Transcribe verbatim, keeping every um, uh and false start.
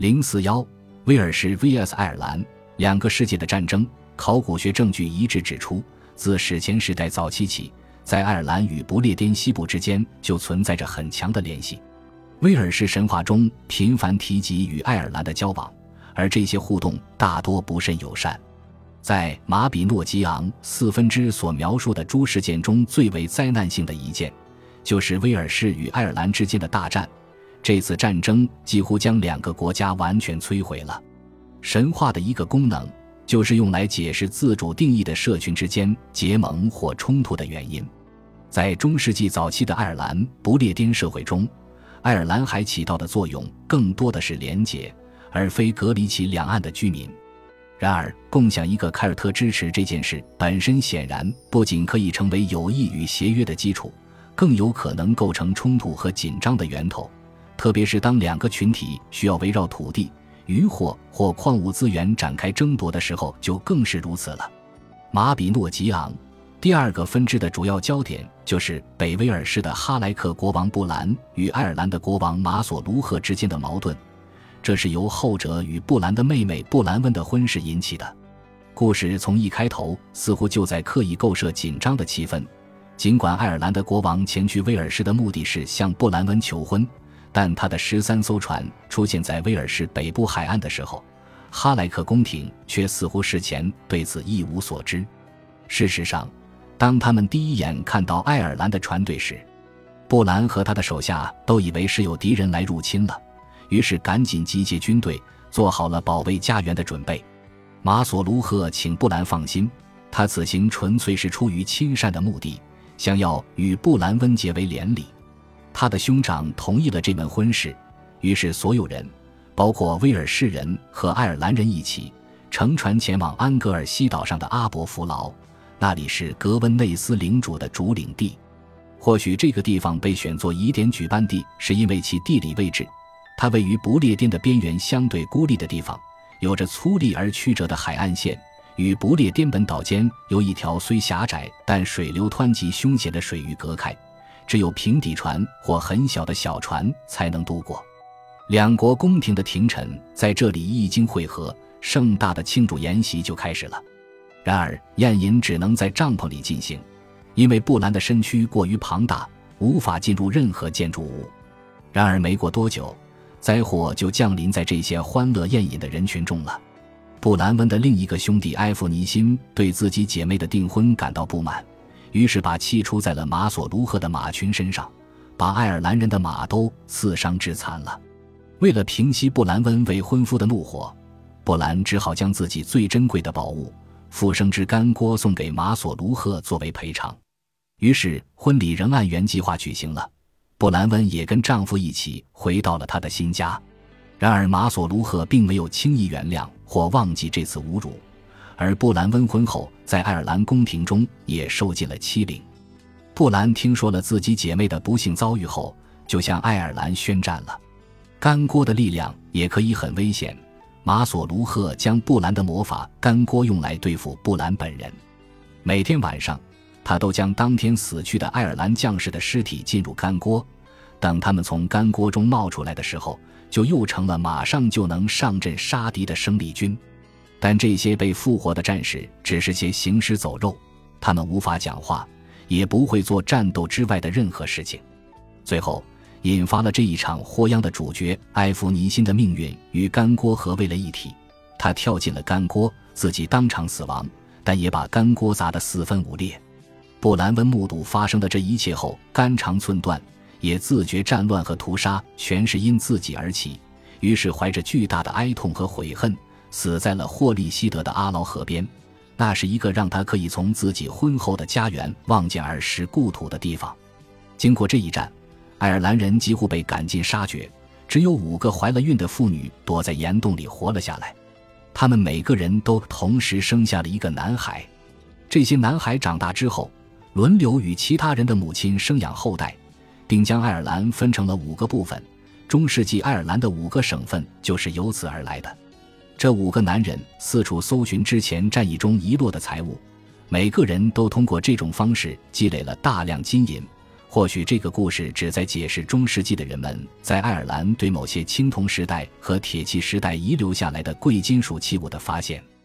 零四一威尔士 V S 爱尔兰，两个世界的战争。考古学证据一致指出，自史前时代早期起，在爱尔兰与不列颠西部之间就存在着很强的联系。威尔士神话中频繁提及与爱尔兰的交往，而这些互动大多不甚友善。在马比诺吉昂四分之所描述的诸事件中，最为灾难性的一件就是威尔士与爱尔兰之间的大战。这次战争几乎将两个国家完全摧毁了。神话的一个功能就是用来解释自主定义的社群之间结盟或冲突的原因。在中世纪早期的爱尔兰不列颠社会中，爱尔兰还起到的作用更多的是连结，而非隔离其两岸的居民。然而，共享一个凯尔特支持这件事本身显然不仅可以成为友谊与协约的基础，更有可能构成冲突和紧张的源头，特别是当两个群体需要围绕土地、渔获或矿物资源展开争夺的时候，就更是如此了。马比诺吉昂第二个分支的主要焦点就是北威尔士的哈莱克国王布兰与爱尔兰的国王马索卢赫之间的矛盾，这是由后者与布兰的妹妹布兰温的婚事引起的。故事从一开头似乎就在刻意构设紧张的气氛，尽管爱尔兰的国王前去威尔士的目的是向布兰温求婚，但他的十三艘船出现在威尔士北部海岸的时候，哈莱克宫廷却似乎事前对此一无所知。事实上，当他们第一眼看到爱尔兰的船队时，布兰和他的手下都以为是有敌人来入侵了，于是赶紧集结军队，做好了保卫家园的准备。马索卢赫请布兰放心，他此行纯粹是出于亲善的目的，想要与布兰温结为连理。他的兄长同意了这门婚事，于是所有人，包括威尔士人和爱尔兰人一起乘船前往安格尔西岛上的阿伯福劳，那里是格温内斯领主的主领地。或许这个地方被选作疑点举办地，是因为其地理位置，它位于不列颠的边缘相对孤立的地方，有着粗粝而曲折的海岸线，与不列颠本岛间由一条虽狭窄但水流湍急凶险的水域隔开，只有平底船或很小的小船才能渡过。两国宫廷的廷臣在这里一经会合，盛大的庆祝筵席就开始了。然而宴饮只能在帐篷里进行，因为布兰的身躯过于庞大，无法进入任何建筑物。然而没过多久，灾祸就降临在这些欢乐宴饮的人群中了。布兰温的另一个兄弟埃弗尼辛对自己姐妹的订婚感到不满，于是把气出在了马索卢赫的马群身上，把爱尔兰人的马都刺伤致残了。为了平息布兰温未婚夫的怒火，布兰只好将自己最珍贵的宝物复生之干锅送给马索卢赫作为赔偿。于是婚礼仍按原计划举行了，布兰温也跟丈夫一起回到了他的新家。然而马索卢赫并没有轻易原谅或忘记这次侮辱，而布兰温婚后在爱尔兰宫廷中也受尽了欺凌。布兰听说了自己姐妹的不幸遭遇后，就向爱尔兰宣战了。干锅的力量也可以很危险，马索卢赫将布兰的魔法干锅用来对付布兰本人。每天晚上他都将当天死去的爱尔兰将士的尸体进入干锅，等他们从干锅中冒出来的时候，就又成了马上就能上阵杀敌的生力军。但这些被复活的战士只是些行尸走肉，他们无法讲话，也不会做战斗之外的任何事情。最后引发了这一场祸殃的主角埃弗尼辛的命运与干锅合为了一体，他跳进了干锅，自己当场死亡，但也把干锅砸得四分五裂。布兰温目睹发生的这一切后肝肠寸断，也自觉战乱和屠杀全是因自己而起，于是怀着巨大的哀痛和悔恨死在了霍利希德的阿劳河边，那是一个让他可以从自己婚后的家园望见儿时故土的地方。经过这一战，爱尔兰人几乎被赶尽杀绝，只有五个怀了孕的妇女躲在岩洞里活了下来。他们每个人都同时生下了一个男孩，这些男孩长大之后轮流与其他人的母亲生养后代，并将爱尔兰分成了五个部分，中世纪爱尔兰的五个省份就是由此而来的。这五个男人四处搜寻之前战役中遗落的财物，每个人都通过这种方式积累了大量金银， 或许这个故事旨在解释中世纪的人们在爱尔兰对某些青铜时代和铁器时代遗留下来的贵金属器物的发现。